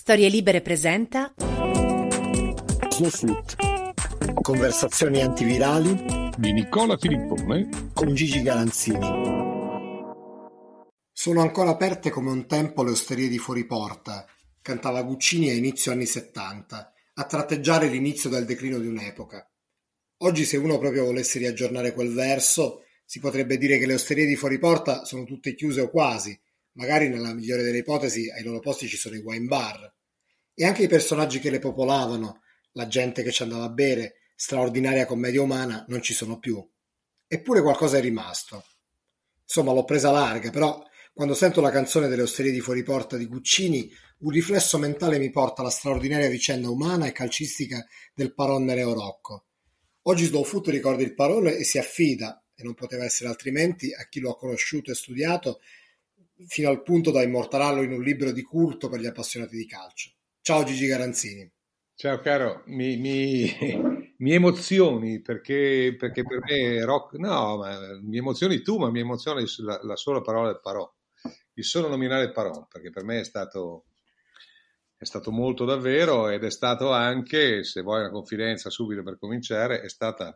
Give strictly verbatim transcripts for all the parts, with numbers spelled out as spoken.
Storie Libere presenta Slow Food. Conversazioni antivirali di Nicola Filippone con Gigi Garanzini. Sono ancora aperte come un tempo le osterie di fuori porta, cantava Guccini a inizio anni settanta, a tratteggiare l'inizio del declino di un'epoca. Oggi, se uno proprio volesse riaggiornare quel verso, si potrebbe dire che le osterie di fuori porta sono tutte chiuse o quasi. Magari nella migliore delle ipotesi ai loro posti ci sono i wine bar. E anche i personaggi che le popolavano, la gente che ci andava a bere, straordinaria commedia umana, non ci sono più. Eppure qualcosa è rimasto. Insomma, l'ho presa larga, però quando sento la canzone delle osterie di fuori porta di Guccini, un riflesso mentale mi porta alla straordinaria vicenda umana e calcistica del Paròn Nereo Rocco. Oggi Slow Food ricorda il Paròn e si affida, e non poteva essere altrimenti, a chi lo ha conosciuto e studiato, fino al punto da immortalarlo in un libro di culto per gli appassionati di calcio. Ciao Gigi Garanzini. Ciao caro, mi, mi, mi emozioni perché, perché per me rock, no, ma mi emozioni tu, ma mi emozioni la, la sola parola del Paròn, il solo nominale Paròn, perché per me è stato, è stato molto davvero, ed è stato anche, se vuoi una confidenza subito per cominciare, è stata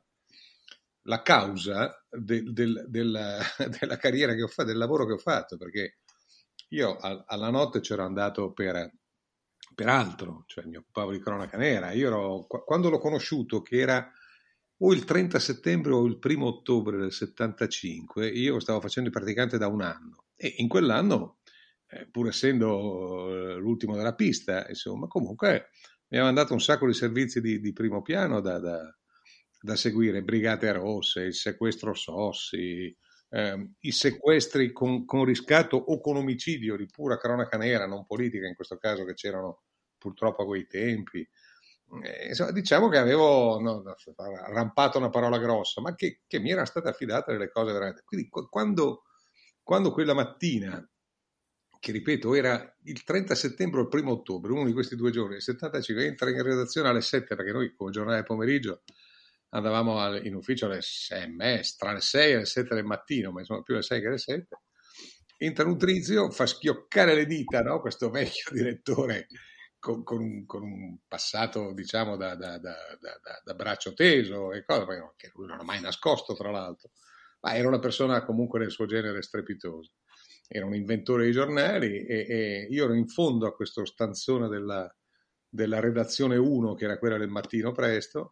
la causa del, del, della, della carriera che ho fatto, del lavoro che ho fatto, perché io a, alla notte c'ero andato per, per altro, cioè mi occupavo di cronaca nera. Io ero, quando l'ho conosciuto, che era o il trenta settembre o il primo ottobre del settantacinque, io stavo facendo il praticante da un anno, e in quell'anno, eh, pur essendo l'ultimo della pista, insomma, comunque mi avevano dato un sacco di servizi di, di primo piano da, da da seguire, Brigate Rosse, il sequestro Sossi, ehm, i sequestri con, con riscatto o con omicidio di pura cronaca nera, non politica in questo caso, che c'erano purtroppo a quei tempi. Eh, insomma, diciamo che avevo no, no, rampato una parola grossa, ma che, che mi erano state affidate delle cose veramente. Quindi quando, quando quella mattina, che ripeto era il trenta settembre o il primo ottobre, uno di questi due giorni, il settantacinque, entra in redazione alle sette, perché noi come giornale pomeriggio andavamo in ufficio alle sei e mezza, tra le sei e le sette del mattino, ma insomma più alle sei che alle sette. Entra Nutrizio, fa schioccare le dita, no? Questo vecchio direttore con, con, un, con un passato, diciamo, da, da, da, da, da braccio teso e cose, che lui non ha mai nascosto, tra l'altro, ma era una persona comunque del suo genere strepitosa. Era un inventore di giornali, e, e io ero in fondo a questo stanzone della, della redazione uno, che era quella del mattino presto,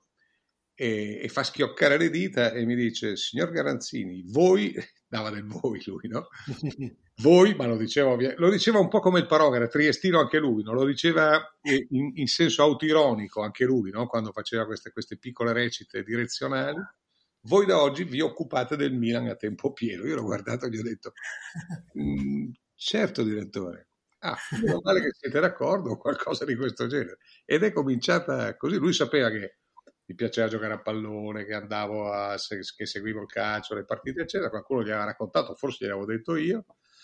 e, e fa schioccare le dita e mi dice: signor Garanzini, voi, dava del voi lui, no? Voi, ma lo diceva, lo diceva un po' come il Paròn, era triestino anche lui, no? Lo diceva in, in senso autoironico anche lui, no? Quando faceva queste, queste piccole recite direzionali. Voi da oggi vi occupate del Milan a tempo pieno. Io l'ho guardato e gli ho detto: mm, certo direttore, ah, meno male che siete d'accordo o qualcosa di questo genere. Ed è cominciata così. Lui sapeva che mi piaceva giocare a pallone, che andavo a, che seguivo il calcio, le partite eccetera, qualcuno gli aveva raccontato, forse gliel'avevo detto io,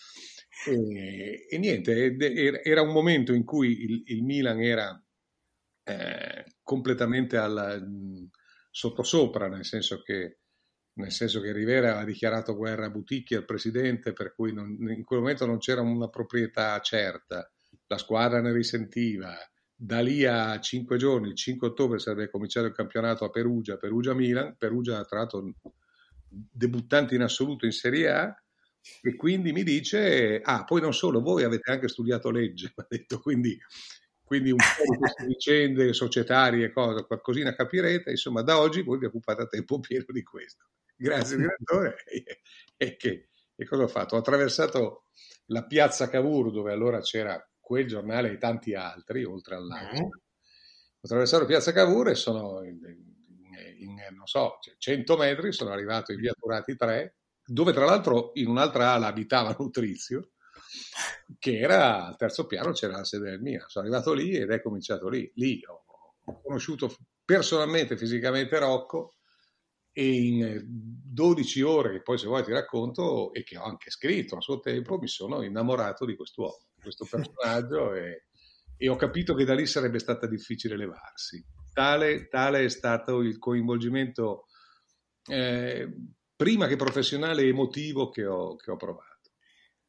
e, e niente, era un momento in cui il, il Milan era eh, completamente alla, sottosopra, nel senso che nel senso che Rivera aveva dichiarato guerra a Buticchi, al presidente, per cui non, in quel momento non c'era una proprietà certa, la squadra ne risentiva. Da lì a cinque giorni, il cinque ottobre, sarebbe cominciato il campionato a Perugia, Perugia-Milan, Perugia tra l'altro debuttante in assoluto in Serie A, e quindi mi dice: ah, poi non solo, voi avete anche studiato legge, mi ha detto, quindi, quindi un po' di queste vicende societarie, cose, qualcosina capirete, insomma, da oggi voi vi occupate a tempo pieno di questo. Grazie direttore. E, che, e cosa ho fatto? Ho attraversato la piazza Cavour, dove allora c'era quel giornale e tanti altri, oltre all'Ansa. Ho attraversato piazza Cavour e sono in, in, in non so, cento metri, sono arrivato in via Turati tre, dove tra l'altro in un'altra ala abitava Nutrizio, che era al terzo piano, c'era la sede del Milan. Sono arrivato lì ed è cominciato lì. Lì ho, ho conosciuto personalmente, fisicamente Rocco, e in dodici ore, che poi se vuoi ti racconto, e che ho anche scritto a suo tempo, mi sono innamorato di quest'uomo, di questo personaggio, e, e ho capito che da lì sarebbe stata difficile levarsi. Tale, tale è stato il coinvolgimento eh, prima che professionale, emotivo, che ho, che ho provato.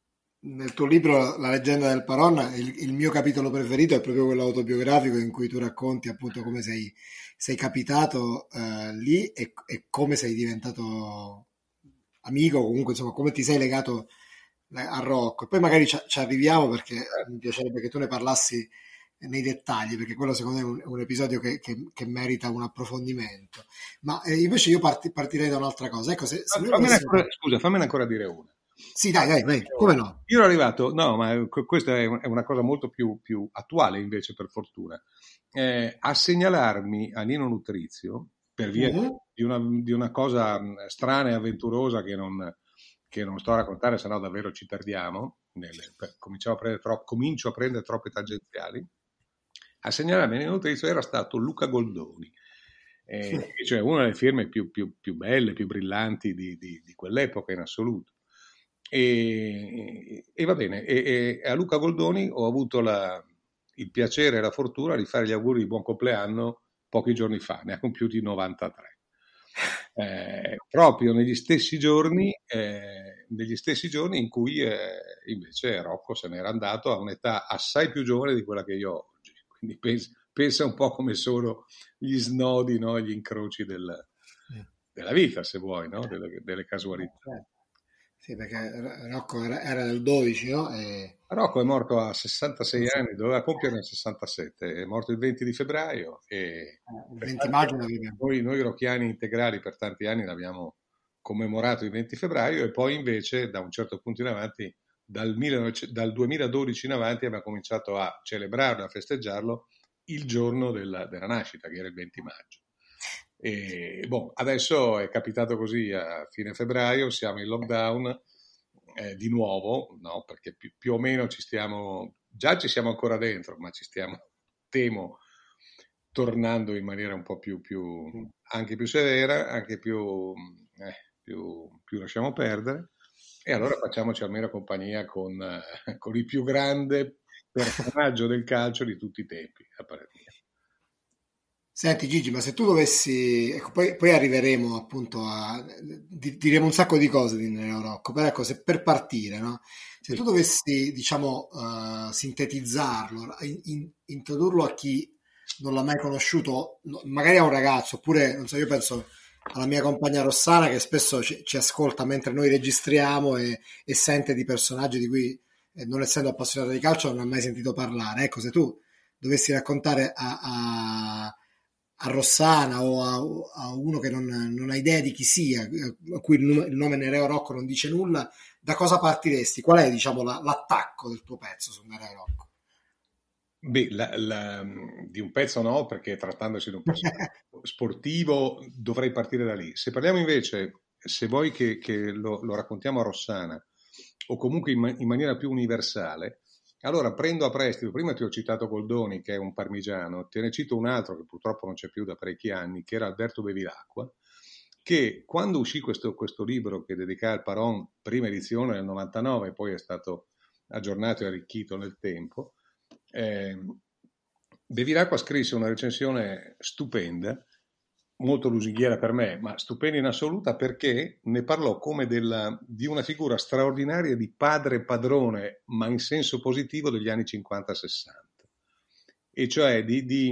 nel tuo libro La leggenda del Paron, il, il mio capitolo preferito è proprio quello autobiografico in cui tu racconti appunto come sei, sei capitato eh, lì e, e come sei diventato amico, comunque insomma come ti sei legato a Rocco. E poi magari ci, ci arriviamo perché mi piacerebbe che tu ne parlassi nei dettagli, perché quello secondo me è un, è un episodio che, che, che merita un approfondimento. Ma eh, invece io parti, partirei da un'altra cosa. Ecco, se, se noi Fammene dovessimo... ancora, scusa, fammene ancora dire una. Sì, dai, dai, dai, come no? Io ero arrivato, no, ma questa è una cosa molto più, più attuale invece, per fortuna, eh, a segnalarmi a Nino Nutrizio, per via Mm-hmm. di, una, di una cosa strana e avventurosa che non, che non sto a raccontare, sennò davvero ci perdiamo, nelle, per, a prendere troppo, comincio a prendere troppe tangenziali, a segnalarmi a Nino Nutrizio era stato Luca Goldoni, eh, cioè una delle firme più, più, più belle, più brillanti di, di, di quell'epoca in assoluto. E, e va bene, e, e a Luca Goldoni ho avuto la, il piacere e la fortuna di fare gli auguri di buon compleanno pochi giorni fa, ne ha compiuti novantatré. Eh, proprio negli stessi giorni, eh, negli stessi giorni in cui eh, invece Rocco se n'era andato a un'età assai più giovane di quella che io ho oggi. Quindi pensa, pensa un po' come sono gli snodi, no? Gli incroci del, della vita, se vuoi, no? delle, delle casualità. Sì, perché Rocco era, era del dodici, no? E... Rocco è morto a sessantasei anni, doveva compiere nel sessantasette, è morto il venti di febbraio e il venti maggio noi, noi rocchiani integrali per tanti anni l'abbiamo commemorato il venti febbraio e poi invece da un certo punto in avanti, dal, millenovecento, dal duemiladodici in avanti abbiamo cominciato a celebrarlo, a festeggiarlo il giorno della, della nascita, che era il venti maggio. E, boh, adesso è capitato così a fine febbraio, siamo in lockdown eh, di nuovo, no? Perché più, più o meno ci stiamo, già ci siamo ancora dentro, ma ci stiamo, temo, tornando in maniera un po' più, più anche più severa, anche più, eh, più, più lasciamo perdere, e allora facciamoci almeno compagnia con, eh, con il più grande personaggio del calcio di tutti i tempi, a parer mio. Senti Gigi, ma se tu dovessi, ecco, poi, poi arriveremo appunto a, di, diremo un sacco di cose di Nero Rocco, però ecco, se per partire, no? Se tu dovessi, diciamo, uh, sintetizzarlo, in, in, introdurlo a chi non l'ha mai conosciuto, no, magari a un ragazzo, oppure, non so, io penso alla mia compagna Rossana che spesso ci, ci ascolta mentre noi registriamo e, e sente di personaggi di cui, eh, non essendo appassionata di calcio, non ha mai sentito parlare. Ecco, se tu dovessi raccontare a, a a Rossana o a, a uno che non, non ha idea di chi sia, a cui il nome, il nome Nereo Rocco non dice nulla, da cosa partiresti? Qual è, diciamo, la, l'attacco del tuo pezzo su Nereo Rocco? Beh, la, la, di un pezzo no, perché trattandosi di un personaggio sportivo dovrei partire da lì. Se parliamo invece, se vuoi che, che lo, lo raccontiamo a Rossana, o comunque in, in maniera più universale, allora prendo a prestito, prima ti ho citato Goldoni che è un parmigiano, te ne cito un altro che purtroppo non c'è più da parecchi anni, che era Alberto Bevilacqua, che quando uscì questo, questo libro che dedicai al Paron, prima edizione nel novantanove, poi è stato aggiornato e arricchito nel tempo, eh, Bevilacqua scrisse una recensione stupenda, molto lusinghiera per me, ma stupenda in assoluta, perché ne parlò come della, di una figura straordinaria di padre padrone, ma in senso positivo, degli anni cinquanta sessanta. E cioè di, di,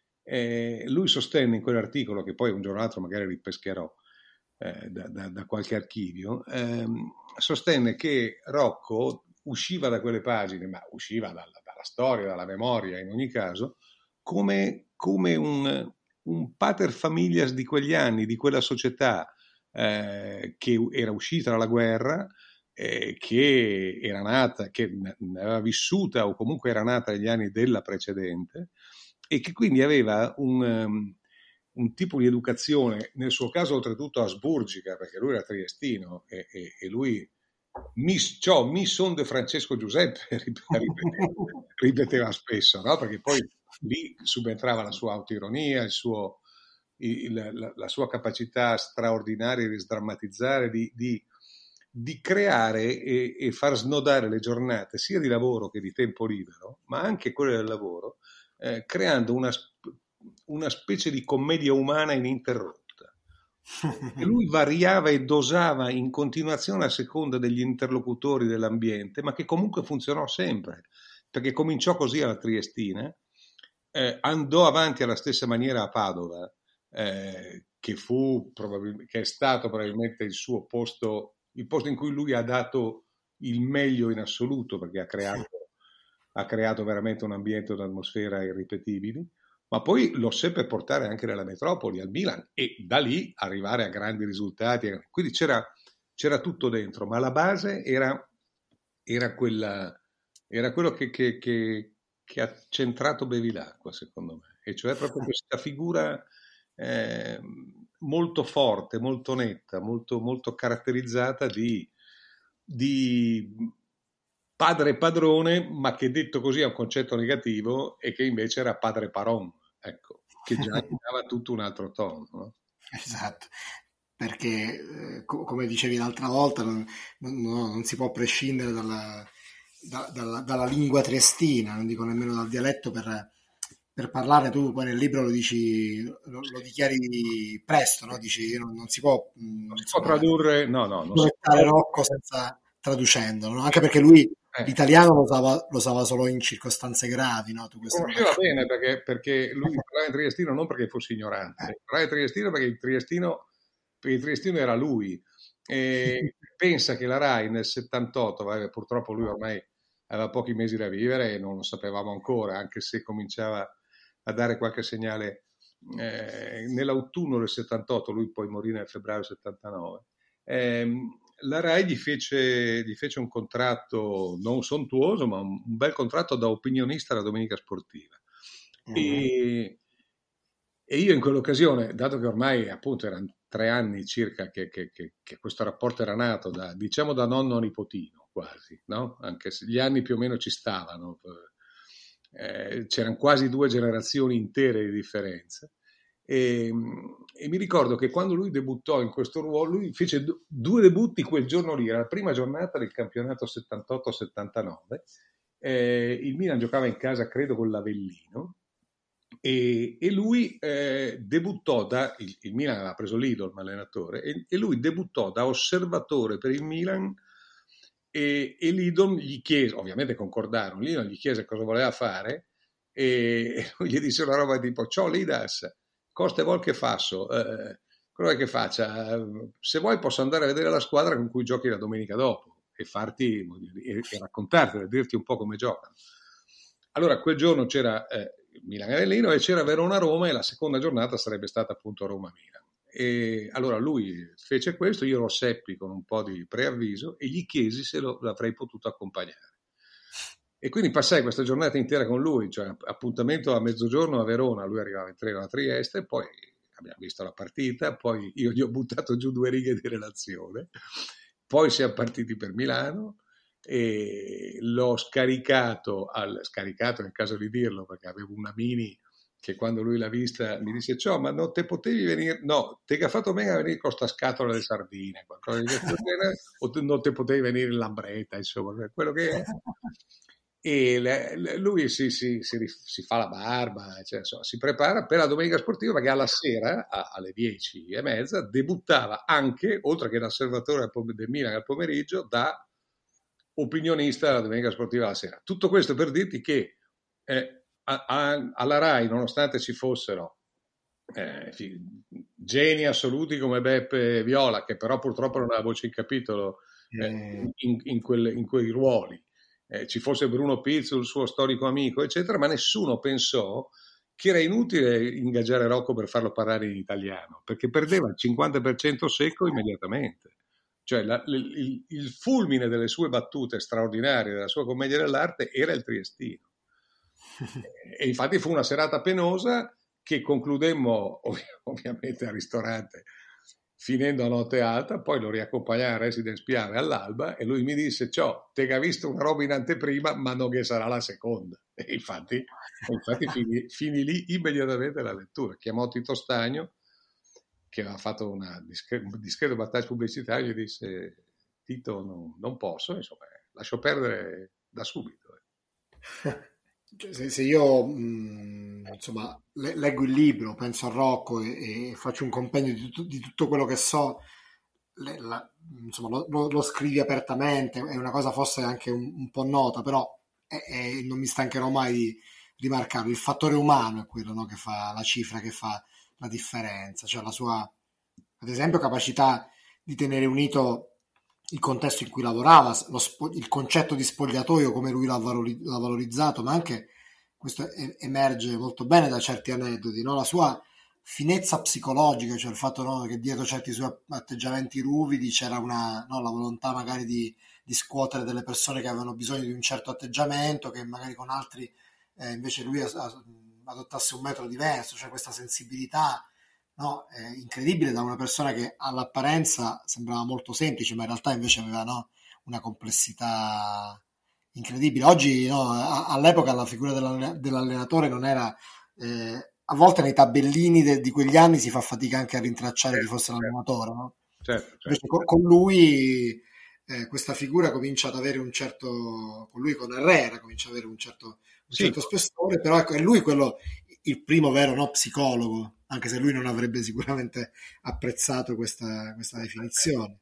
eh, lui sostenne in quell'articolo, che poi un giorno o l'altro magari ripescherò eh, da, da, da qualche archivio, ehm, sostenne che Rocco usciva da quelle pagine, ma usciva dalla, dalla storia, dalla memoria in ogni caso, come, come un un pater familias di quegli anni, di quella società eh, che era uscita dalla guerra, eh, che era nata, che ne aveva vissuta o comunque era nata negli anni della precedente e che quindi aveva un, um, un tipo di educazione, nel suo caso oltretutto asburgica, perché lui era triestino e, e, e lui Miss, ciò, mi son de Francesco Giuseppe ripeteva, ripeteva spesso, no? Perché poi lì subentrava la sua autoironia, il suo, il, la, la sua capacità straordinaria di sdrammatizzare, di, di, di creare e, e far snodare le giornate sia di lavoro che di tempo libero, ma anche quelle del lavoro, eh, creando una, una specie di commedia umana ininterrotta. E lui variava e dosava in continuazione a seconda degli interlocutori dell'ambiente, ma che comunque funzionò sempre, perché cominciò così alla Triestina, eh, andò avanti alla stessa maniera a Padova, eh, che fu probabilmente, che è stato probabilmente il suo posto, il posto in cui lui ha dato il meglio in assoluto, perché ha creato, ha creato veramente un ambiente, un'atmosfera irripetibili, ma poi lo seppe portare anche nella metropoli, al Milan, e da lì arrivare a grandi risultati. Quindi c'era, c'era tutto dentro, ma la base era, era, quella, era quello che, che, che, che ha centrato Bevilacqua, secondo me, e cioè proprio questa figura eh, molto forte, molto netta, molto, molto caratterizzata di, di padre padrone, ma che detto così è un concetto negativo, e che invece era padre paron, ecco, che già dava tutto un altro tono, no? Esatto, perché eh, co- come dicevi l'altra volta, non, non- no, non si può prescindere dalla, da- dalla- dalla lingua triestina, non dico nemmeno dal dialetto per, per parlare. Tu poi nel libro lo dici, lo, lo dichiari presto, no? Dici non, non si può, mh, Non si può insomma, tradurre, no, no, non si può proiettare tradurre. Rocco senza traducendolo, no? Anche perché lui Eh. l'italiano lo usava, lo usava solo in circostanze gravi, no? Tu Lo questa roba conosceva qua. bene perché, perché lui parlava in triestino non perché fosse ignorante, parlava in triestino perché il triestino, perché il triestino era lui. E pensa che la Rai nel settantotto, vabbè, purtroppo lui ormai aveva pochi mesi da vivere e non lo sapevamo ancora, anche se cominciava a dare qualche segnale eh, nell'autunno del settantotto, lui poi morì nel febbraio settantanove. Ehm, la Rai gli fece, gli fece un contratto non sontuoso, ma un, un bel contratto da opinionista alla Domenica Sportiva. Mhm. E, e io in quell'occasione, dato che ormai appunto erano tre anni circa che, che- che- che questo rapporto era nato, da, diciamo da nonno a nipotino quasi, no? Anche se gli anni più o meno ci stavano, eh, c'erano quasi due generazioni intere di differenza. E, e mi ricordo che quando lui debuttò in questo ruolo, lui fece du- due debutti quel giorno lì, era la prima giornata del campionato settantotto settantanove. Eh, il Milan giocava in casa, credo, con l'Avellino, e, e lui eh, debuttò da, il, il Milan aveva preso l'Idol, allenatore, e, e lui debuttò da osservatore per il Milan, e, e l'Idol gli chiese, ovviamente concordarono, l'Idol gli chiese cosa voleva fare, e, e lui gli disse una roba tipo: ciao Lidas, coste vol che fasso, eh, cosa vuoi che faccia? Se vuoi posso andare a vedere la squadra con cui giochi la domenica dopo e farti e, e raccontartela, dirti un po' come giocano. Allora quel giorno c'era eh, Milan-Avellino e c'era Verona-Roma, e la seconda giornata sarebbe stata appunto Roma-Milan. E allora lui fece questo, io lo seppi con un po' di preavviso e gli chiesi se lo, l'avrei potuto accompagnare. E quindi passai questa giornata intera con lui, cioè appuntamento a mezzogiorno a Verona, lui arrivava in treno a Trieste, poi abbiamo visto la partita, poi io gli ho buttato giù due righe di relazione, poi siamo partiti per Milano e l'ho scaricato, al, scaricato nel caso di dirlo, perché avevo una Mini che quando lui l'ha vista mi disse: ciao, ma non te potevi venire, no, te che ha fatto bene a venire con sta scatola di sardine, qualcosa di questo genere, o te, non te potevi venire in Lambretta, insomma, quello che è. E le, le, lui si, si, si, si, fa la barba, cioè, insomma, si prepara per la domenica sportiva, perché alla sera, a, alle dieci e mezza, debuttava anche, oltre che da osservatore del Milan al pomeriggio, da opinionista della domenica sportiva alla sera. Tutto questo per dirti che eh, a, a, alla Rai, nonostante ci fossero eh, geni assoluti come Beppe Viola, che però purtroppo non ha voce in capitolo eh, in, in, quelle, in quei ruoli, eh, ci fosse Bruno Pizzo, il suo storico amico, eccetera, ma nessuno pensò che era inutile ingaggiare Rocco per farlo parlare in italiano, perché perdeva il cinquanta per cento secco immediatamente. Cioè la, il, il fulmine delle sue battute straordinarie, della sua commedia dell'arte, era il triestino. E infatti fu una serata penosa che concludemmo ov- ovviamente al ristorante finendo a notte alta, poi lo riaccompagnai a Residence Piave all'alba e lui mi disse: ciao, te che ha visto una roba in anteprima, ma non che sarà la seconda. E infatti, infatti finì, finì lì immediatamente la lettura. Chiamò Tito Stagno, che aveva fatto una discre- un discreto battaglio pubblicitario, e gli disse: Tito, no, non posso, insomma, lascio perdere da subito. Cioè, se, se io mh, insomma, le- leggo il libro, penso a Rocco e, e faccio un compendio di, tutto di tutto quello che so, le- la- insomma, lo, lo- lo scrivi apertamente, è una cosa forse anche un, un po' nota, però è- è- non mi stancherò mai di rimarcarlo. Il fattore umano è quello, no, che fa la cifra, che fa la differenza, cioè la sua, ad esempio, capacità di tenere unito il contesto in cui lavorava, lo spo- il concetto di spogliatoio, come lui l'ha, valori- l'ha valorizzato, ma anche questo e- emerge molto bene da certi aneddoti, no? La sua finezza psicologica, cioè il fatto, no, che dietro certi suoi atteggiamenti ruvidi c'era una, no, la volontà magari di, di scuotere delle persone che avevano bisogno di un certo atteggiamento, che magari con altri eh, invece lui as- as- adottasse un metodo diverso, cioè questa sensibilità, no, eh, incredibile da una persona che all'apparenza sembrava molto semplice, ma in realtà invece aveva, no, una complessità incredibile. Oggi, no, a- all'epoca la figura dell'alle- dell'allenatore non era... eh, a volte nei tabellini de- di quegli anni si fa fatica anche a rintracciare chi Certo, fosse certo, l'allenatore, no? certo, certo. Invece co- con lui eh, questa figura comincia ad avere un certo, con lui, con Herrera, comincia ad avere un certo, un Sì. certo spessore, però ecco, è lui quello, il primo vero, no, psicologo, anche se lui non avrebbe sicuramente apprezzato questa, questa definizione.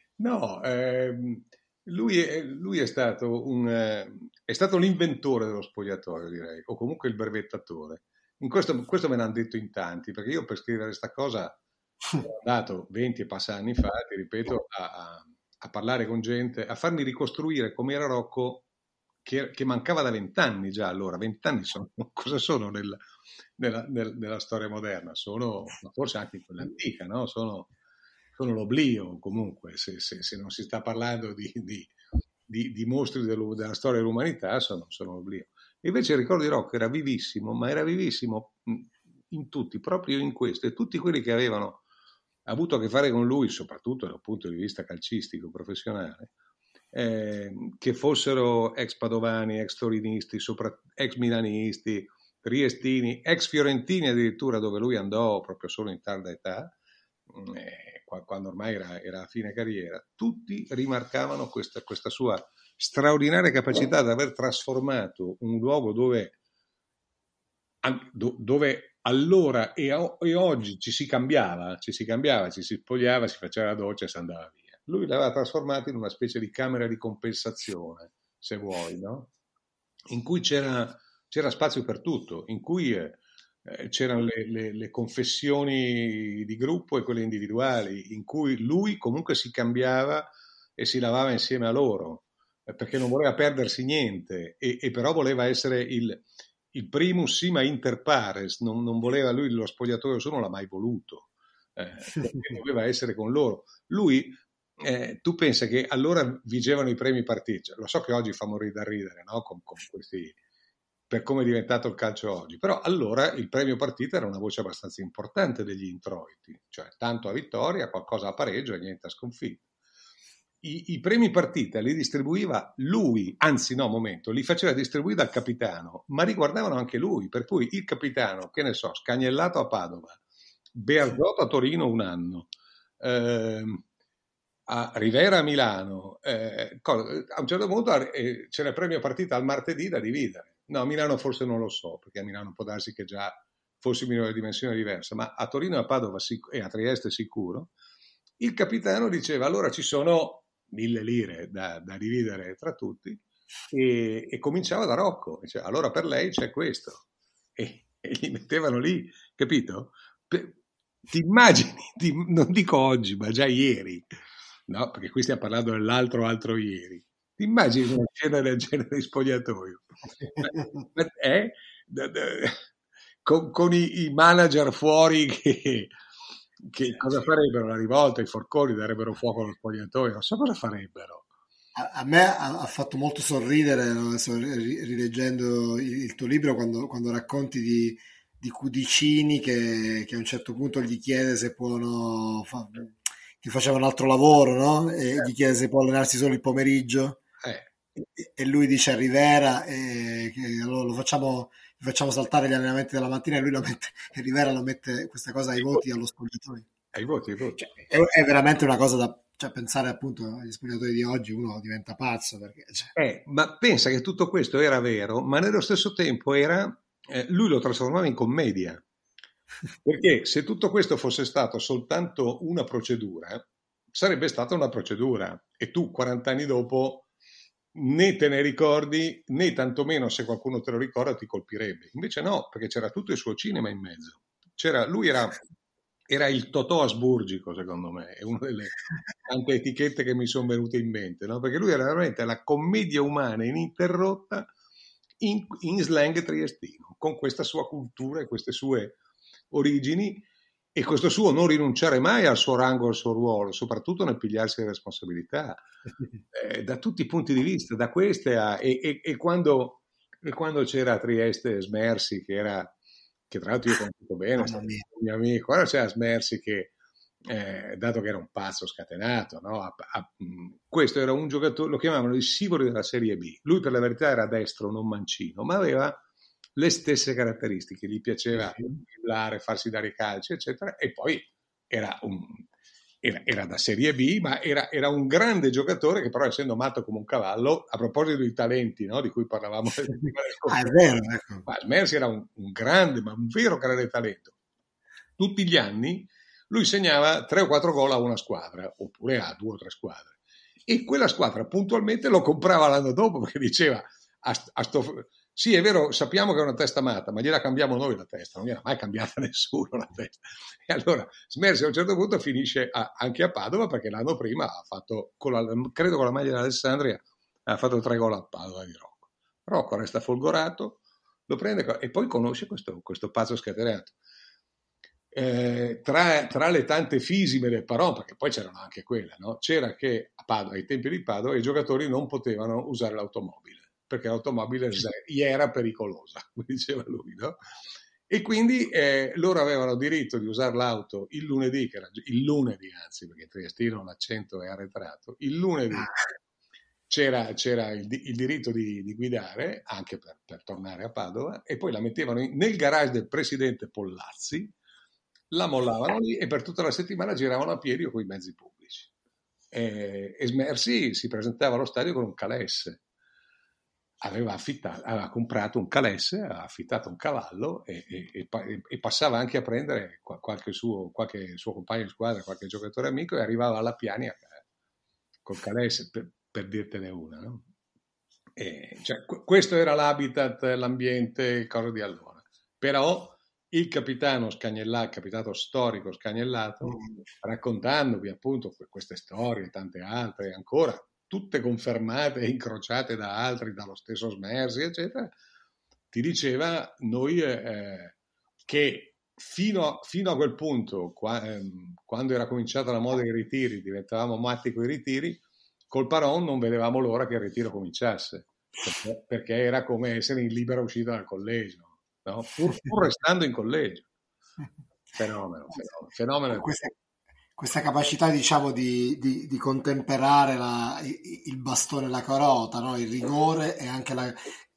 No, ehm, lui, è, lui è stato un, eh, è stato l'inventore dello spogliatoio, direi, o comunque il brevettatore. In questo, questo me l'hanno detto in tanti, perché io per scrivere questa cosa sono andato venti e passa anni fa, ti ripeto, a, a- a parlare con gente, a farmi ricostruire com'era Rocco, che, che mancava da vent'anni già allora. Vent'anni sono, cosa sono nel- nella, nel- nella storia moderna? Sono, ma forse anche in quella antica, no? Sono, sono l'oblio comunque, se, se- se non si sta parlando di, di- di- di mostri dello- della storia dell'umanità, sono, sono l'oblio. Invece il ricordo di Rocco era vivissimo, ma era vivissimo mh, in tutti, proprio in questo, e tutti quelli che avevano avuto a che fare con lui, soprattutto dal punto di vista calcistico, professionale, eh, che fossero ex padovani, ex torinisti, sopra, ex milanisti, triestini, ex fiorentini addirittura, dove lui andò proprio solo in tarda età, eh, quando ormai era, era a fine carriera, tutti rimarcavano questa, questa sua straordinaria capacità di aver trasformato un luogo dove, dove allora e, e oggi ci si cambiava, ci si cambiava, ci si spogliava, si faceva la doccia e si andava via. Lui l'aveva trasformato in una specie di camera di compensazione, se vuoi, no? In cui c'era, c'era spazio per tutto, in cui eh, c'erano le, le, le confessioni di gruppo e quelle individuali, in cui lui comunque si cambiava e si lavava insieme a loro, eh, perché non voleva perdersi niente, e, e però voleva essere il, il primus sima inter pares, non, non voleva lui lo spogliatoio suo, non l'ha mai voluto, eh, perché doveva essere con loro. Lui, eh, tu pensa che allora vigevano i premi partiti, cioè, lo so che oggi fa morire da ridere, no? con, con questi, per come è diventato il calcio oggi, però allora il premio partita era una voce abbastanza importante degli introiti, cioè tanto a vittoria, qualcosa a pareggio e niente a sconfitta. I, I premi partita li distribuiva lui, anzi no, momento, li faceva distribuire dal capitano, ma riguardavano anche lui, per cui il capitano, che ne so, Scagnellato a Padova, Bearzotto a Torino un anno, ehm, a Rivera a Milano, eh, a un certo punto eh, c'era il premio partita al martedì da dividere. No, a Milano forse non lo so, perché a Milano può darsi che già fossimo in una dimensione diversa, ma a Torino e a Padova e a Trieste sicuro, il capitano diceva allora ci sono mille lire da, da dividere tra tutti, e, e cominciava da Rocco, diceva, allora per lei c'è questo, e, e gli mettevano lì, capito? Per, ti immagini, ti, non dico oggi, ma già ieri, no? Perché qui stiamo parlando dell'altro altro ieri. Ti immagini una scena del genere di spogliatoio? Eh? Con, con i, i manager fuori che, che cosa farebbero? La rivolta, i forconi darebbero fuoco allo spogliatoio, non so cosa farebbero. A, a me ha, ha fatto molto sorridere, no, adesso ri- rileggendo il, il tuo libro, quando, quando racconti di, di Cudicini che, che a un certo punto gli chiede se può, no, fa- che faceva un altro lavoro, no? E gli chiede se può allenarsi solo il pomeriggio. Eh. E, e lui dice a Rivera eh, che allora lo facciamo, facciamo saltare gli allenamenti della mattina, e lui lo mette, e Rivera lo mette questa cosa ai voti allo spogliatoio. Ai voti, ai voti. Cioè, è, è veramente una cosa da, cioè, pensare appunto agli spogliatori di oggi, uno diventa pazzo perché, cioè... eh, ma pensa che tutto questo era vero, ma nello stesso tempo era eh, lui lo trasformava in commedia, perché se tutto questo fosse stato soltanto una procedura, sarebbe stata una procedura e tu quaranta anni dopo né te ne ricordi, né tantomeno se qualcuno te lo ricorda ti colpirebbe. Invece no, perché c'era tutto il suo cinema in mezzo. C'era, lui era, era il Totò asburgico, secondo me, è una delle tante etichette che mi sono venute in mente, no? Perché lui era veramente la commedia umana ininterrotta in, in slang triestino, con questa sua cultura e queste sue origini e questo suo non rinunciare mai al suo rango, al suo ruolo, soprattutto nel pigliarsi le responsabilità, eh, da tutti i punti di vista, da queste a... E, e, e, quando, e quando c'era a Trieste Smersi, che era, che tra l'altro io ho conosciuto bene, è stato un mio amico, allora c'era Smersi che, eh, dato che era un pazzo scatenato, no? a, a, questo era un giocatore, lo chiamavano il Sivori della Serie B, lui per la verità era destro, non mancino, ma aveva le stesse caratteristiche, gli piaceva driblare, farsi dare i calci, eccetera, e poi era, un, era, era da Serie B, ma era, era un grande giocatore che però, essendo matto come un cavallo, a proposito dei talenti, no, di cui parlavamo ah, è vero, ecco. Ma Smersi era un, un grande, ma un vero grande talento. Tutti gli anni lui segnava tre o quattro gol a una squadra, oppure a due o tre squadre, e quella squadra puntualmente lo comprava l'anno dopo perché diceva a, a sto... Sì, è vero, sappiamo che è una testa matta, ma gliela cambiamo noi la testa, non gliela mai cambiata nessuno la testa. E allora Smersi a un certo punto finisce a, anche a Padova, perché l'anno prima ha fatto, con la, credo con la maglia dell'Alessandria, ha fatto tre gol a Padova di Rocco. Rocco resta folgorato, lo prende e poi conosce questo, questo pazzo scatenato. Eh, tra, tra le tante fisime del Parò, perché poi c'erano anche quelle, no? C'era che a Padova, ai tempi di Padova, i giocatori non potevano usare l'automobile, perché l'automobile gli era pericolosa, come diceva lui, no? E quindi eh, loro avevano diritto di usare l'auto il lunedì, che era il lunedì, anzi, perché triestino l'accento è arretrato, il lunedì c'era, c'era il, il diritto di, di guidare, anche per, per tornare a Padova, e poi la mettevano in, nel garage del presidente Pollazzi, la mollavano lì e per tutta la settimana giravano a piedi o con i mezzi pubblici. E, e Smersi si presentava allo stadio con un calesse. Aveva, affittato, aveva comprato un calesse, aveva affittato un cavallo e, e, e, e passava anche a prendere qualche suo, qualche suo compagno di squadra, qualche giocatore amico e arrivava alla Piania col calesse, per, per dirtene una, no? E, cioè, questo era l'habitat, l'ambiente, cosa di allora. Però il capitano Scagnellato, il capitano storico Scagnellato, mm. raccontandovi appunto queste storie, tante altre ancora, tutte confermate e incrociate da altri, dallo stesso Smersi, eccetera, ti diceva noi eh, che fino a, fino a quel punto, qua, ehm, quando era cominciata la moda dei ritiri, diventavamo matti con i ritiri, col Paron non vedevamo l'ora che il ritiro cominciasse, perché, perché era come essere in libera uscita dal collegio, no? pur, pur restando in collegio. Fenomeno, fenomeno. fenomeno. Questa, questa capacità, diciamo, di, di, di contemperare la, il bastone e la carota, no? Il rigore e anche la...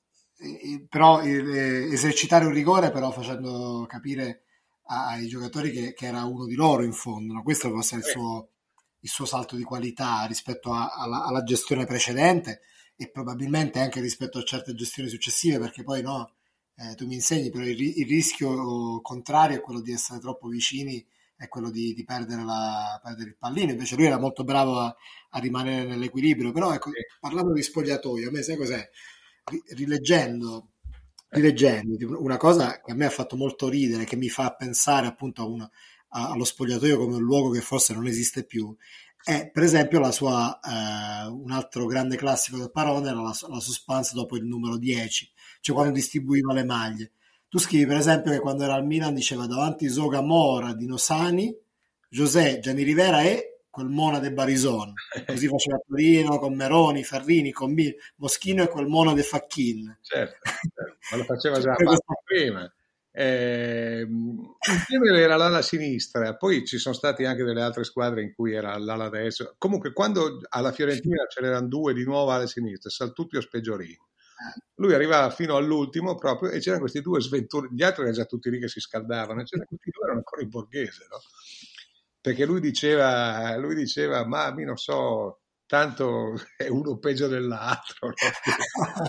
però esercitare un rigore però facendo capire ai giocatori che, che era uno di loro in fondo, no? Questo può essere il suo, il suo salto di qualità rispetto a, alla, alla gestione precedente e probabilmente anche rispetto a certe gestioni successive, perché poi no, eh, tu mi insegni, però il, il rischio contrario è quello di essere troppo vicini, è quello di, di perdere, la, perdere il pallino. Invece lui era molto bravo a, a rimanere nell'equilibrio. Però ecco, parlando di spogliatoio, a me sai cos'è? Rileggendo, rileggendo una cosa che a me ha fatto molto ridere, che mi fa pensare appunto a una, a, allo spogliatoio come un luogo che forse non esiste più, è per esempio la sua eh, un altro grande classico del Parone era la, la suspense dopo il numero dieci, cioè quando distribuiva le maglie. Tu scrivi per esempio che quando era al Milan diceva davanti Zoga, Mora, Dino Sani, José, Gianni Rivera e quel Mona de Barison. Così faceva Torino con Meroni, Ferrini, con Mil, Moschino e quel Mona de Facchin. Certo, certo, ma lo faceva già prima. Eh, in genere era l'ala sinistra, poi ci sono stati anche delle altre squadre in cui era l'ala destra. Comunque quando alla Fiorentina ce n'erano due di nuovo alla sinistra, Saltupi o Speggiorini. Lui arrivava fino all'ultimo proprio e c'erano questi due sventuri, gli altri erano già tutti lì che si scaldavano, c'erano questi due erano ancora in borghese, no? Perché lui diceva, lui diceva, ma mi non so, tanto è uno peggio dell'altro, no?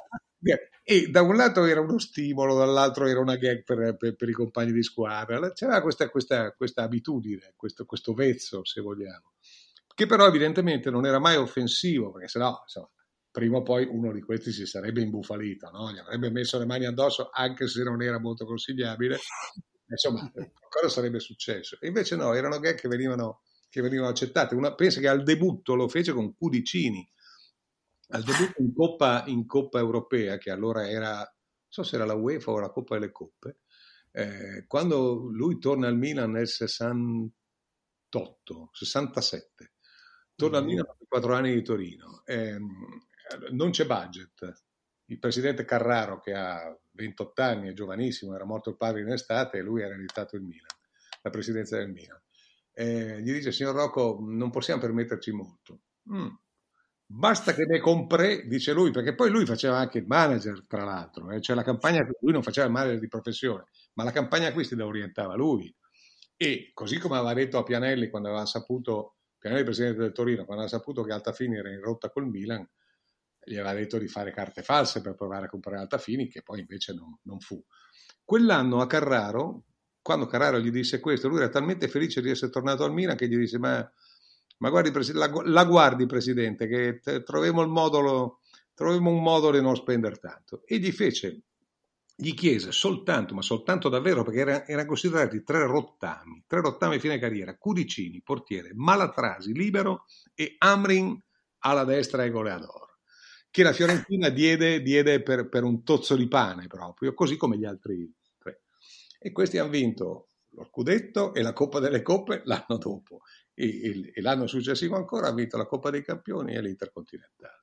E da un lato era uno stimolo, dall'altro era una gag per, per, per i compagni di squadra. C'era questa, questa, questa abitudine, questo, questo vezzo, se vogliamo, che però evidentemente non era mai offensivo, perché sennò, insomma, prima o poi uno di questi si sarebbe imbufalito, no? Gli avrebbe messo le mani addosso, anche se non era molto consigliabile. Insomma, cosa sarebbe successo? E invece no, erano gag che venivano, che venivano accettate. Una, pensa che al debutto lo fece con Cudicini, al debutto in Coppa, in Coppa Europea, che allora era, non so se era la UEFA o la Coppa delle Coppe, eh, quando lui torna al Milan nel sessantotto, sessantasette, torna al Milan per quattro anni di Torino, eh, non c'è budget. Il presidente Carraro, che ha ventotto anni, è giovanissimo, era morto il padre in estate e lui era ereditato il Milan, la presidenza del Milan. Eh, gli dice: signor Rocco, non possiamo permetterci molto. Mm. Basta che ne compre, dice lui, perché poi lui faceva anche il manager, tra l'altro, eh? Cioè la campagna, lui non faceva il manager di professione, ma la campagna acquisti la orientava lui. E così come aveva detto a Pianelli quando aveva saputo, Pianelli presidente del Torino, quando aveva saputo che Altafini era in rotta col Milan, gli aveva detto di fare carte false per provare a comprare Altafini, che poi invece non, non fu. Quell'anno a Carraro, quando Carraro gli disse questo, lui era talmente felice di essere tornato al Milan che gli disse: ma, ma guardi, la, la guardi presidente, che troviamo il modo, troviamo un modo di non spendere tanto. E gli fece, gli chiese soltanto, ma soltanto davvero, perché era, erano considerati tre rottami, tre rottami a fine carriera: Cudicini, portiere, Malatrasi, libero, e Amrin alla destra e goleador, che la Fiorentina diede, diede per, per un tozzo di pane proprio, così come gli altri tre. E questi hanno vinto lo scudetto e la Coppa delle Coppe l'anno dopo. E, e, e l'anno successivo ancora ha vinto la Coppa dei Campioni e l'Intercontinentale.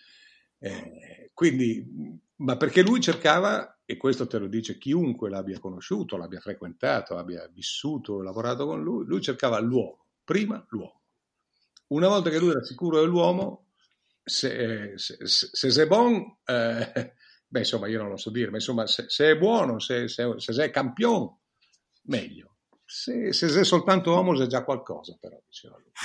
Eh, quindi, ma perché lui cercava, e questo te lo dice chiunque l'abbia conosciuto, l'abbia frequentato, abbia vissuto, lavorato con lui, lui cercava l'uomo, prima l'uomo. Una volta che lui era sicuro dell'uomo, se, se, se, se sei buono, eh, beh, insomma, io non lo so dire, ma insomma, se, se è buono, se, se, se sei campione, meglio. Se, se sei soltanto uomo, sei già qualcosa, però, diceva lui.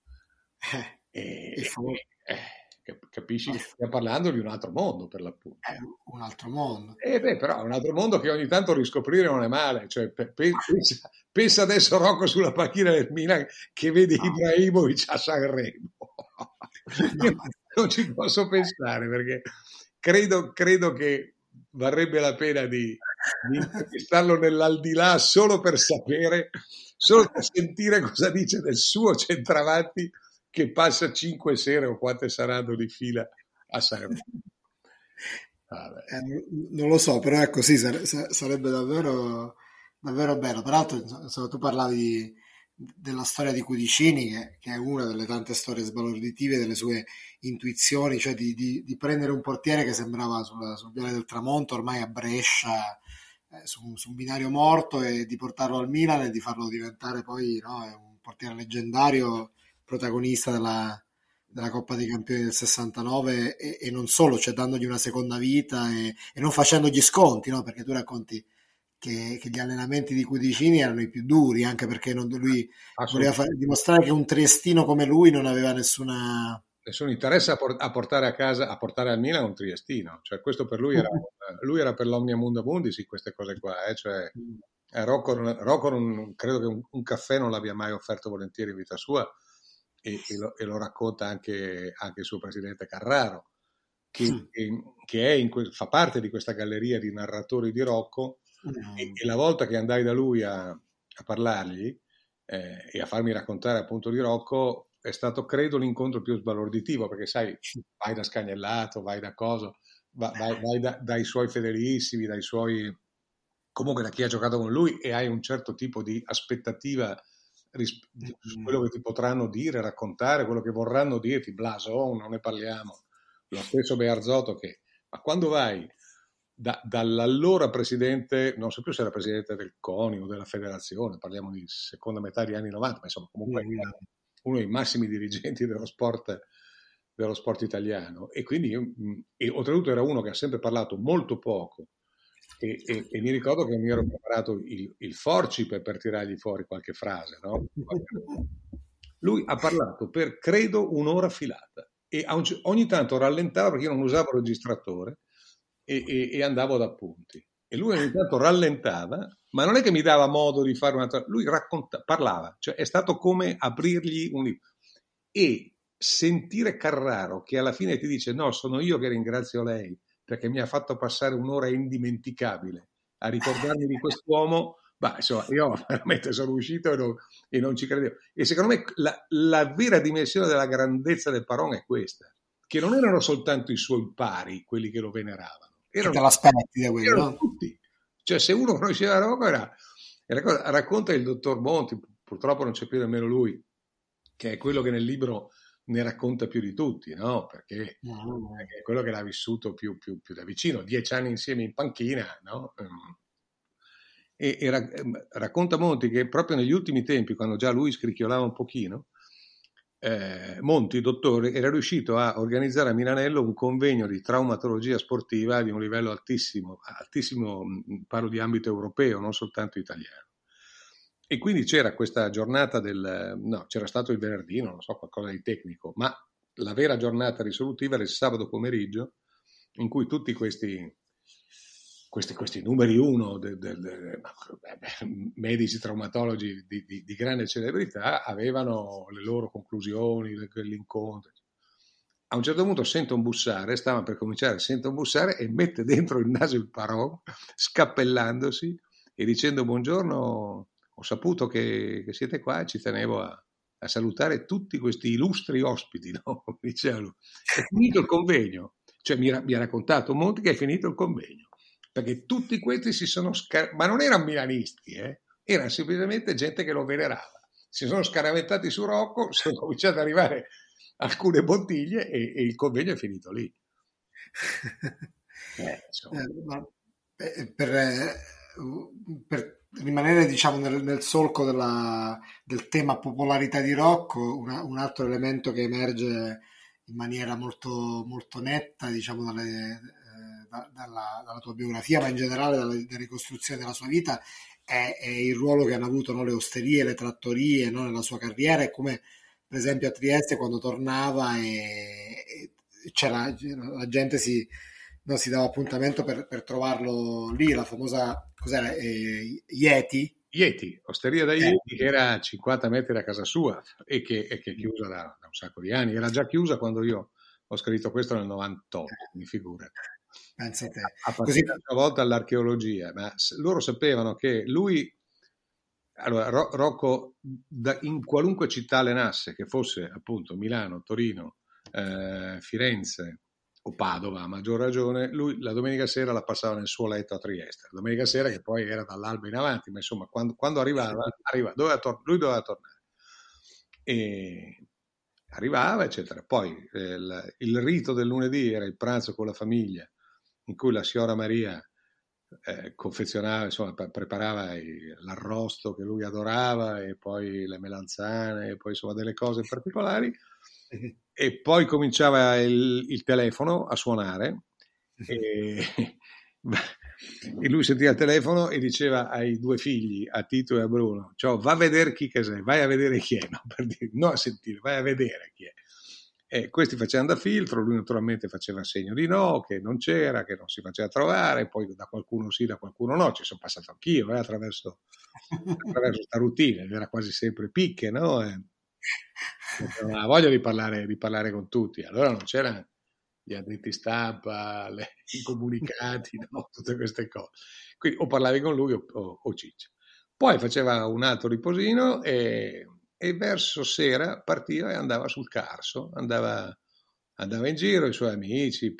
Eh, e, eh, capisci che stiamo parlando di un altro mondo, per l'appunto. È un altro mondo. Eh beh, però è un altro mondo che ogni tanto riscoprire non è male. Cioè, pensa, pensa adesso, Rocco, sulla panchina del Milan che vede no. Ibrahimovic a Sanremo. No. Non ci posso pensare, perché credo, credo che varrebbe la pena di, di intervistarlo nell'aldilà solo per sapere, solo per sentire cosa dice del suo centravanti che passa cinque sere o quante saranno di fila a Sanremo. Eh, non lo so, però ecco, sì, sare- sarebbe davvero, davvero bello. Peraltro, insomma, tu parlavi di, della storia di Cudicini, che, che è una delle tante storie sbalorditive delle sue intuizioni, cioè di, di, di prendere un portiere che sembrava sul, sul viale del tramonto, ormai a Brescia, eh, su, su un binario morto, e di portarlo al Milan e di farlo diventare poi, no, un portiere leggendario, protagonista della della Coppa dei Campioni del sessantanove, e, e non solo, cioè dandogli una seconda vita e, e non facendogli sconti, no? Perché tu racconti che, che gli allenamenti di Cudicini erano i più duri, anche perché non, lui voleva fare, dimostrare che un triestino come lui non aveva nessuna... nessun interesse a, port- a portare a casa, a portare al Milan un triestino, cioè questo per lui era, lui era per l'omnia mundo mundis, sì, queste cose qua, eh? Cioè, eh, Rocco, Rocco non, credo che un, un caffè non l'abbia mai offerto volentieri in vita sua. E, e, lo, e lo racconta anche, anche il suo presidente Carraro, che, mm. che, che è in que- fa parte di questa galleria di narratori di Rocco, mm. e, e la volta che andai da lui a, a parlargli eh, e a farmi raccontare appunto di Rocco è stato, credo, l'incontro più sbalorditivo, perché sai, vai da Scagnellato, vai da Coso, vai, vai, vai da, dai suoi fedelissimi, dai suoi, comunque da chi ha giocato con lui, e hai un certo tipo di aspettativa su quello che ti potranno dire, raccontare, quello che vorranno dirti. Blason, non ne parliamo, lo stesso Bearzotto, che, ma quando vai da, dall'allora presidente, non so più se era presidente del CONI o della federazione, parliamo di seconda metà degli anni novanta, ma insomma comunque mm. uno dei massimi dirigenti dello sport, dello sport italiano, e quindi e oltretutto era uno che ha sempre parlato molto poco. E, e, e mi ricordo che mi ero preparato il, il forcipe per tirargli fuori qualche frase, no? Lui ha parlato per, credo, un'ora filata, e un, ogni tanto rallentava perché io non usavo il registratore, e, e, e andavo ad appunti. E lui ogni tanto rallentava, ma non è che mi dava modo di fare un'altra... Lui raccontava, parlava, cioè è stato come aprirgli un libro. E sentire Carraro che alla fine ti dice no, sono io che ringrazio lei perché mi ha fatto passare un'ora indimenticabile a ricordarmi di quest'uomo, bah, insomma, io veramente sono uscito e non, e non ci credevo. E secondo me la, la vera dimensione della grandezza del Paron è questa, che non erano soltanto i suoi pari quelli che lo veneravano, erano, che te l'aspetti da quello, erano no? tutti. Cioè se uno conosceva Rocco era, era... Racconta il dottor Monti, purtroppo non c'è più nemmeno lui, che è quello che nel libro ne racconta più di tutti, no? Perché, Mm. perché è quello che l'ha vissuto più, più, più da vicino, dieci anni insieme in panchina, no? E, e ra- racconta Monti che proprio negli ultimi tempi, quando già lui scricchiolava un pochino, eh, Monti, dottore, era riuscito a organizzare a Milanello un convegno di traumatologia sportiva di un livello altissimo, altissimo, parlo di ambito europeo, non soltanto italiano. E quindi c'era questa giornata del... no, c'era stato il venerdì, non lo so, qualcosa di tecnico, ma la vera giornata risolutiva era il sabato pomeriggio, in cui tutti questi, questi, questi numeri uno, de, de, de, medici traumatologi di, di, di grande celebrità, avevano le loro conclusioni, l'incontro. A un certo punto sento un bussare, stava per cominciare, sento un bussare e mette dentro il naso il Paron, scappellandosi e dicendo buongiorno... Ho saputo che, che siete qua e ci tenevo a, a salutare tutti questi illustri ospiti, no? Diceva lui. È finito il convegno, cioè mi, mi ha raccontato Monti che è finito il convegno, perché tutti questi si sono scar- ma non erano milanisti, eh? Erano semplicemente gente che lo venerava. Si sono scaraventati su Rocco, sono cominciate ad arrivare alcune bottiglie e, e il convegno è finito lì. Eh, ma, eh, per, eh, per rimanere diciamo nel, nel solco della, del tema popolarità di Rocco, una, un altro elemento che emerge in maniera molto, molto netta diciamo dalle, eh, da, dalla, dalla tua biografia, ma in generale dalla, dalla ricostruzione della sua vita, è, è il ruolo che hanno avuto, no, le osterie, le trattorie, no, nella sua carriera, e come per esempio a Trieste quando tornava e, e c'era, la gente si no, si dava appuntamento per, per trovarlo lì, la famosa, cos'era, eh, Yeti? Yeti, osteria da Yeti, eh. che era a cinquanta metri da casa sua e che, e che è chiusa da, da un sacco di anni. Era già chiusa quando io ho scritto questo nel novantotto, mi figura. Pensa te. Appartiene una volta all'archeologia, ma loro sapevano che lui, allora Ro, Rocco, da, in qualunque città allenasse, che fosse appunto Milano, Torino, eh, Firenze o Padova, a maggior ragione, lui la domenica sera la passava nel suo letto a Trieste. La domenica sera, che poi era dall'alba in avanti, ma insomma, quando, quando arrivava, arrivava doveva tor- lui doveva tornare. E arrivava, eccetera. Poi eh, il, il rito del lunedì era il pranzo con la famiglia, in cui la signora Maria eh, confezionava, insomma, pre- preparava il, l'arrosto che lui adorava, e poi le melanzane, e poi insomma delle cose particolari. E poi cominciava il, il telefono a suonare e, e lui sentiva il telefono e diceva ai due figli, a Tito e a Bruno, cioè, va a vedere chi che sei, vai a vedere chi è, no, per dire, no a sentire, vai a vedere chi è. E questi facevano da filtro, lui naturalmente faceva segno di no, che non c'era, che non si faceva trovare, poi da qualcuno sì, da qualcuno no, ci sono passato anch'io eh, attraverso attraverso questa routine, era quasi sempre picche, no? E, non la voglia di parlare, di parlare con tutti, allora non c'erano gli addetti stampa, le, i comunicati, no? Tutte queste cose. Quindi o parlavi con lui o, o, o ciccia. Poi faceva un altro riposino e, e verso sera partiva e andava sul Carso, andava, andava in giro, i suoi amici,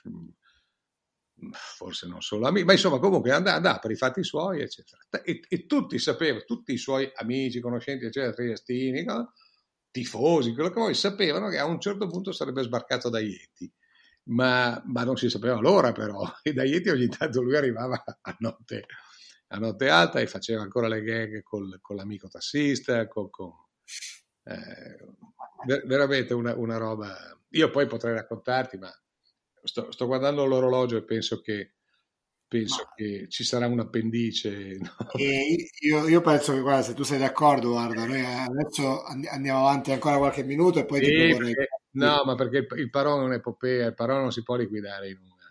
forse non solo amici, ma insomma comunque andava, andava per i fatti suoi, eccetera. E, e tutti sapevano, tutti i suoi amici, conoscenti, eccetera, triestini, no? Tifosi, quello che voi sapevano che a un certo punto sarebbe sbarcato da Ieti, ma, ma non si sapeva l'ora però, e da Ieti ogni tanto lui arrivava a notte, a notte alta e faceva ancora le gag col, con l'amico tassista, con, con, eh, veramente una, una roba. Io poi potrei raccontarti, ma sto, sto guardando l'orologio e penso che penso no. che ci sarà un appendice. No? E io, io penso che, guarda, se tu sei d'accordo, guarda, noi adesso andiamo avanti ancora qualche minuto e poi sì, ti proporrei. Perché, no, ma perché il Paron è un'epopea, il Paron non si può liquidare in una,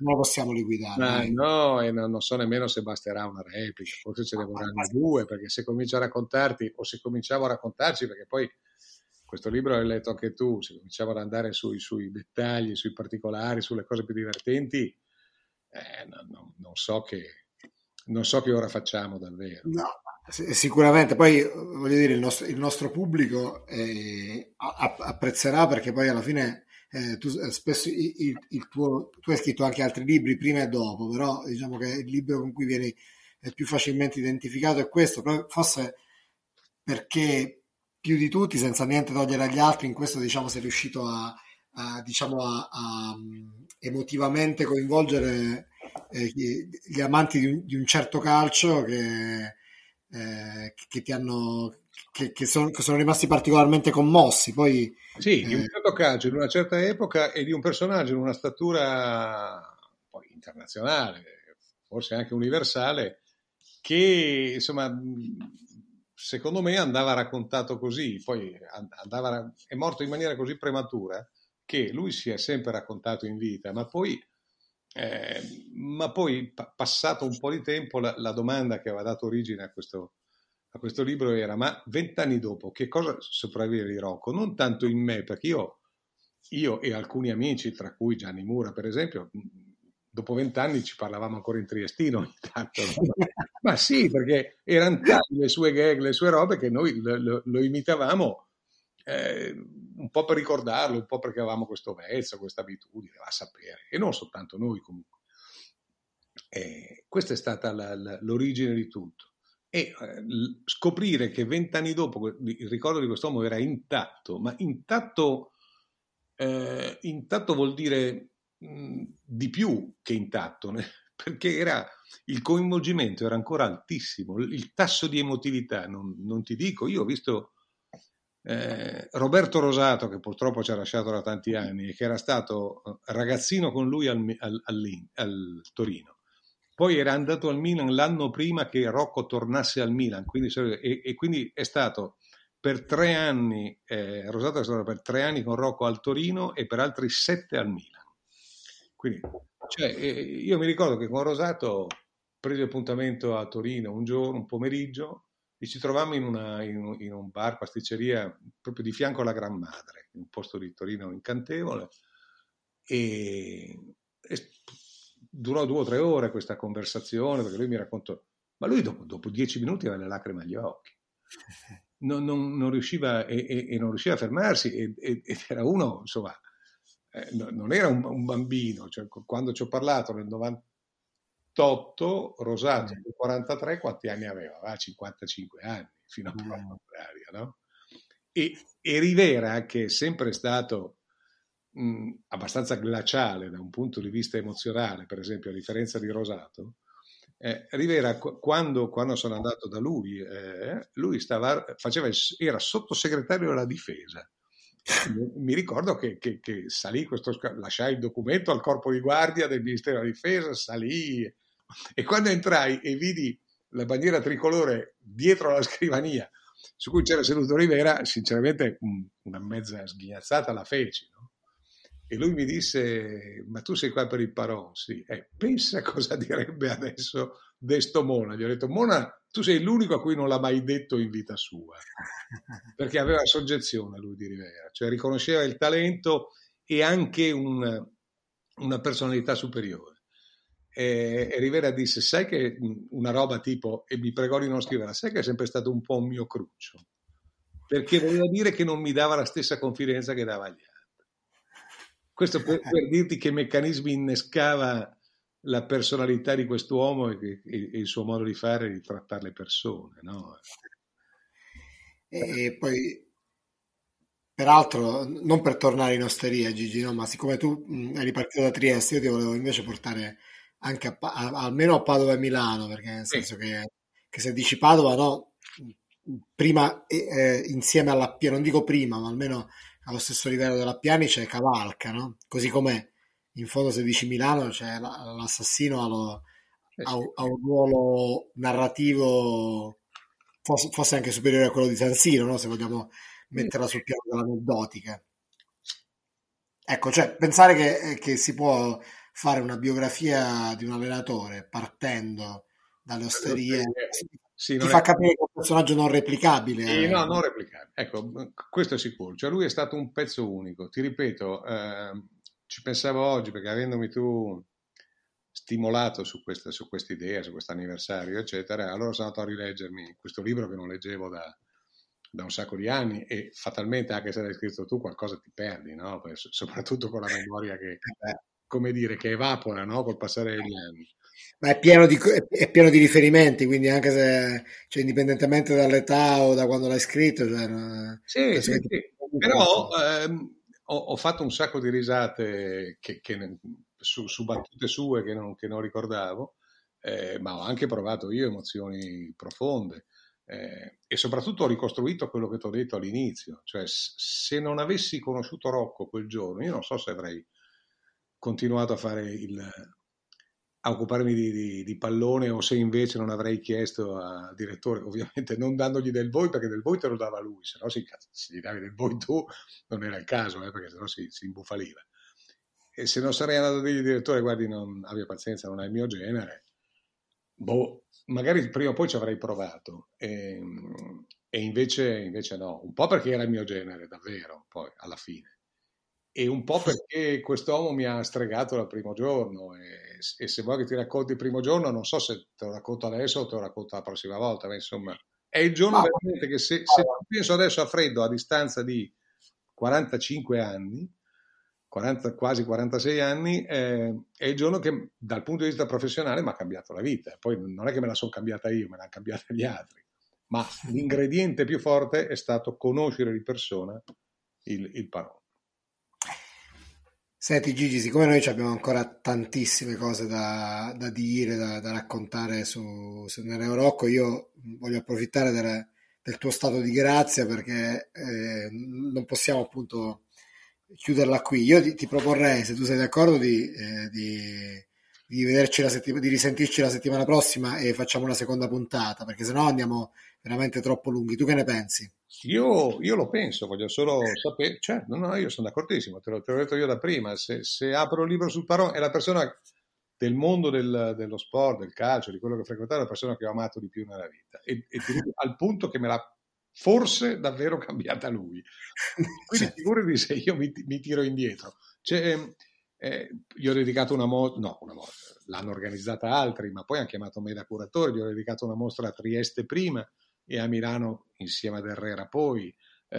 non lo possiamo liquidare. Ma Dai. no, e non, non so nemmeno se basterà una replica, forse ce ne vorranno due, perché se comincio a raccontarti, o se cominciamo a raccontarci, perché poi questo libro l'hai letto anche tu, se cominciamo ad andare sui, sui dettagli, sui particolari, sulle cose più divertenti, eh, no, no, non so che, non so che ora facciamo davvero. No, sicuramente, poi voglio dire, il nostro, il nostro pubblico eh, apprezzerà, perché poi alla fine eh, tu spesso il, il tuo, tu hai scritto anche altri libri prima e dopo, però diciamo che il libro con cui vieni più facilmente identificato è questo, forse perché più di tutti, senza niente togliere agli altri, in questo diciamo sei riuscito a, a, diciamo a, a emotivamente coinvolgere eh, gli amanti di un, di un certo calcio che, eh, che ti hanno che, che, sono, che sono rimasti particolarmente commossi. Poi sì, eh, di un certo calcio in una certa epoca e di un personaggio in una statura poi internazionale, forse anche universale, che insomma secondo me andava raccontato così, poi andava, è morto in maniera così prematura che lui si è sempre raccontato in vita, ma poi, eh, ma poi pa- passato un po' di tempo la, la domanda che aveva dato origine a questo, a questo libro era: ma vent'anni dopo che cosa sopravvive di Rocco? Non tanto in me, perché io, io e alcuni amici, tra cui Gianni Mura per esempio, dopo vent'anni ci parlavamo ancora in triestino ogni tanto, no? Ma sì, perché erano tali le sue gag, le sue robe, che noi lo, lo, lo imitavamo eh, un po' per ricordarlo, un po' perché avevamo questo vezzo, questa abitudine, va a sapere, e non soltanto noi comunque. Eh, questa è stata la, la, l'origine di tutto. E eh, scoprire che vent'anni dopo il ricordo di quest'uomo era intatto, ma intatto, eh, intatto vuol dire mh, di più che intatto, né? Perché era, il coinvolgimento era ancora altissimo, il tasso di emotività, non, non ti dico, io ho visto eh, Roberto Rosato, che purtroppo ci ha lasciato da tanti anni e che era stato ragazzino con lui al, al, al, al Torino. Poi era andato al Milan l'anno prima che Rocco tornasse al Milan, quindi, e, e quindi è stato per tre anni, eh, Rosato è stato per tre anni con Rocco al Torino e per altri sette al Milan. Quindi, cioè, eh, io mi ricordo che con Rosato presi appuntamento a Torino un giorno, un pomeriggio, e ci trovammo in, una, in, un, in un bar, pasticceria, proprio di fianco alla Gran Madre, in un posto di Torino incantevole, e, e durò due o tre ore questa conversazione, perché lui mi raccontò, ma lui dopo, dopo dieci minuti aveva le lacrime agli occhi, non, non, non riusciva e, e, e non riusciva a fermarsi, e, e, ed era uno, insomma, eh, no, non era un, un bambino, cioè, quando ci ho parlato nel novantotto, Rosato nel quarantatré, quanti anni aveva? Aveva cinquantacinque anni, fino a prova contraria, no? E, e Rivera, che è sempre stato mh, abbastanza glaciale da un punto di vista emozionale, per esempio, a differenza di Rosato, eh, Rivera, quando, quando sono andato da lui, eh, lui stava, faceva il, era sottosegretario della difesa. Mi ricordo che, che, che salì questo, lasciai il documento al corpo di guardia del Ministero della Difesa, salì, e quando entrai e vidi la bandiera tricolore dietro alla scrivania su cui c'era seduto Rivera, sinceramente una mezza sghignazzata la feci, no? E lui mi disse: ma tu sei qua per il Parò? Sì. Eh, pensa cosa direbbe adesso Desto Mona. Gli ho detto: Mona, tu sei l'unico a cui non l'ha mai detto in vita sua, perché aveva soggezione lui di Rivera, cioè riconosceva il talento e anche un, una personalità superiore. E, e Rivera disse: sai che una roba tipo, e mi pregò di non scriverla, sai che è sempre stato un po' un mio cruccio, perché voleva dire che non mi dava la stessa confidenza che dava agli altri. Questo per, per dirti che meccanismi innescava la personalità di quest'uomo e, e, e il suo modo di fare e di trattare le persone, no? E poi, peraltro, non per tornare in osteria, Gigi, no, ma siccome tu mh, eri partito da Trieste, io ti volevo invece portare anche a, a, almeno a Padova e Milano, perché nel senso sì. che, che se dici Padova, no, prima eh, insieme all'Appiani, non dico prima, ma almeno allo stesso livello dell'Appiani c'è Cavalca, no? Così come in fondo se dici Milano c'è l'assassino, allo, ha, ha un ruolo narrativo forse, forse anche superiore a quello di San Siro, no? Se vogliamo metterla sul piano dell'aneddotica. Ecco, cioè pensare che, che si può fare una biografia di un allenatore partendo dalle osterie sì, ti non fa è... capire che è un personaggio non replicabile. Sì, eh. no, non replicabile. Ecco, questo è sicuro. Cioè lui è stato un pezzo unico. Ti ripeto, eh, ci pensavo oggi perché avendomi tu stimolato su questa su questa idea, su questo anniversario, eccetera, allora sono andato a rileggermi questo libro che non leggevo da, da un sacco di anni e fatalmente, anche se l'hai scritto tu, qualcosa ti perdi, no? Perché soprattutto con la memoria che, come dire, che evapora, no? Col passare degli anni. Ma è pieno di, è pieno di riferimenti, quindi anche se, cioè, indipendentemente dall'età o da quando l'hai scritto, cioè, sì, penso sì, che ti... sì. Però ehm, ho, ho fatto un sacco di risate che, che, su, su battute sue che non, che non ricordavo, eh, ma ho anche provato io emozioni profonde eh, e soprattutto ho ricostruito quello che ti ho detto all'inizio, cioè se non avessi conosciuto Rocco quel giorno, io non so se avrei continuato a fare il a occuparmi di, di, di pallone o se invece non avrei chiesto al direttore, ovviamente non dandogli del voi perché del voi te lo dava lui, se no si, se gli davi del voi tu non era il caso, eh, perché se no si, si imbufaliva. E se non sarei andato a dirgli direttore, guardi, non abbia pazienza, non è il mio genere, boh, magari prima o poi ci avrei provato. E, e invece, invece no, un po' perché era il mio genere, davvero, poi alla fine. E un po' perché quest'uomo mi ha stregato dal primo giorno e, e se vuoi che ti racconti il primo giorno non so se te lo racconto adesso o te lo racconto la prossima volta, ma insomma è il giorno Ma, veramente che se, se penso adesso a freddo a distanza di quarantacinque anni, quaranta, quasi quarantasei anni, eh, è il giorno che dal punto di vista professionale mi ha cambiato la vita. Poi non è che me la sono cambiata io, me l'hanno cambiata gli altri, ma l'ingrediente più forte è stato conoscere di persona il, il Parò. Senti Gigi, siccome noi abbiamo ancora tantissime cose da, da dire, da, da raccontare su, su Nereo Rocco, io voglio approfittare del, del tuo stato di grazia perché eh, non possiamo appunto chiuderla qui. Io ti, ti proporrei, se tu sei d'accordo, di, eh, di, di vederci la settimana, di risentirci la settimana prossima e facciamo una seconda puntata, perché sennò andiamo veramente troppo lunghi. Tu che ne pensi? Io, io lo penso, voglio solo sapere, cioè, no, no, io sono d'accordissimo, te, te l'ho detto io da prima, se, se apro il libro sul Parò è la persona del mondo del, dello sport, del calcio, di quello che ho frequentato, la persona che ho amato di più nella vita, e, e ti dico, al punto che me l'ha forse davvero cambiata lui. Quindi Cioè, figurati se io mi, mi tiro indietro. Cioè, eh, gli ho dedicato una mostra, no, una mostra, l'hanno organizzata altri, ma poi hanno chiamato me da curatore, gli ho dedicato una mostra a Trieste prima, e a Milano insieme ad Herrera poi,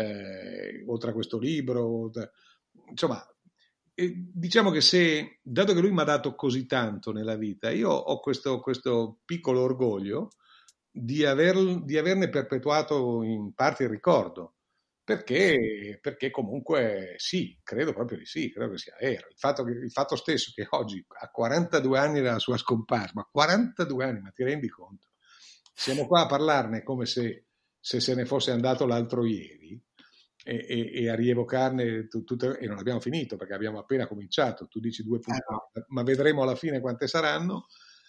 eh, oltre a questo libro, insomma, eh, diciamo che se, dato che lui mi ha dato così tanto nella vita, io ho questo, questo piccolo orgoglio di, aver, di averne perpetuato in parte il ricordo, perché, perché comunque sì, credo proprio di sì, credo che sia vero. Il fatto, che, il fatto stesso che oggi, a quarantadue anni dalla sua scomparsa, ma quarantadue anni, ma ti rendi conto? Siamo qua a parlarne come se, se se ne fosse andato l'altro ieri e, e, e a rievocarne t- tutte, e non abbiamo finito perché abbiamo appena cominciato, tu dici due puntate, ma vedremo alla fine quante saranno.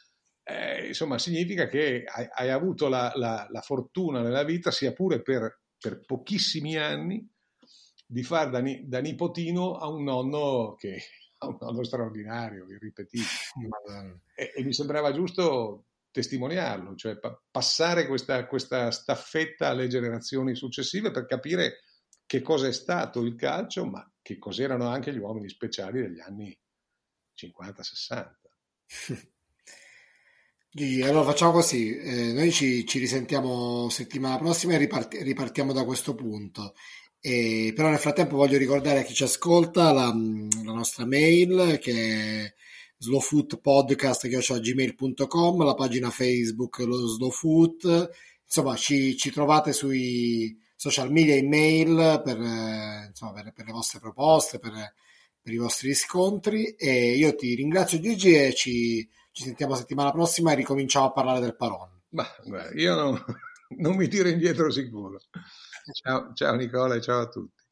Eh, insomma, significa che hai, hai avuto la, la, la fortuna nella vita, sia pure per, per pochissimi anni, di far da, ni, da nipotino a un nonno che a un nonno straordinario, irripetibile. E, e mi sembrava giusto testimoniarlo, cioè pa- passare questa, questa staffetta alle generazioni successive per capire che cosa è stato il calcio, ma che cos'erano anche gli uomini speciali degli anni cinquanta sessanta. Gigi, allora facciamo così, eh, noi ci, ci risentiamo settimana prossima e riparti- ripartiamo da questo punto. E, però nel frattempo voglio ricordare a chi ci ascolta la, la nostra mail che è slowfoodpodcast chiocciola gmail punto com, la pagina Facebook lo Slow Food, insomma ci, ci trovate sui social media, email per, eh, insomma, per, per le vostre proposte, per, per i vostri riscontri e io ti ringrazio Gigi e ci ci sentiamo settimana prossima e ricominciamo a parlare del Paron. Ma guarda, io non, non mi tiro indietro sicuro. Ciao, ciao Nicola e ciao a tutti.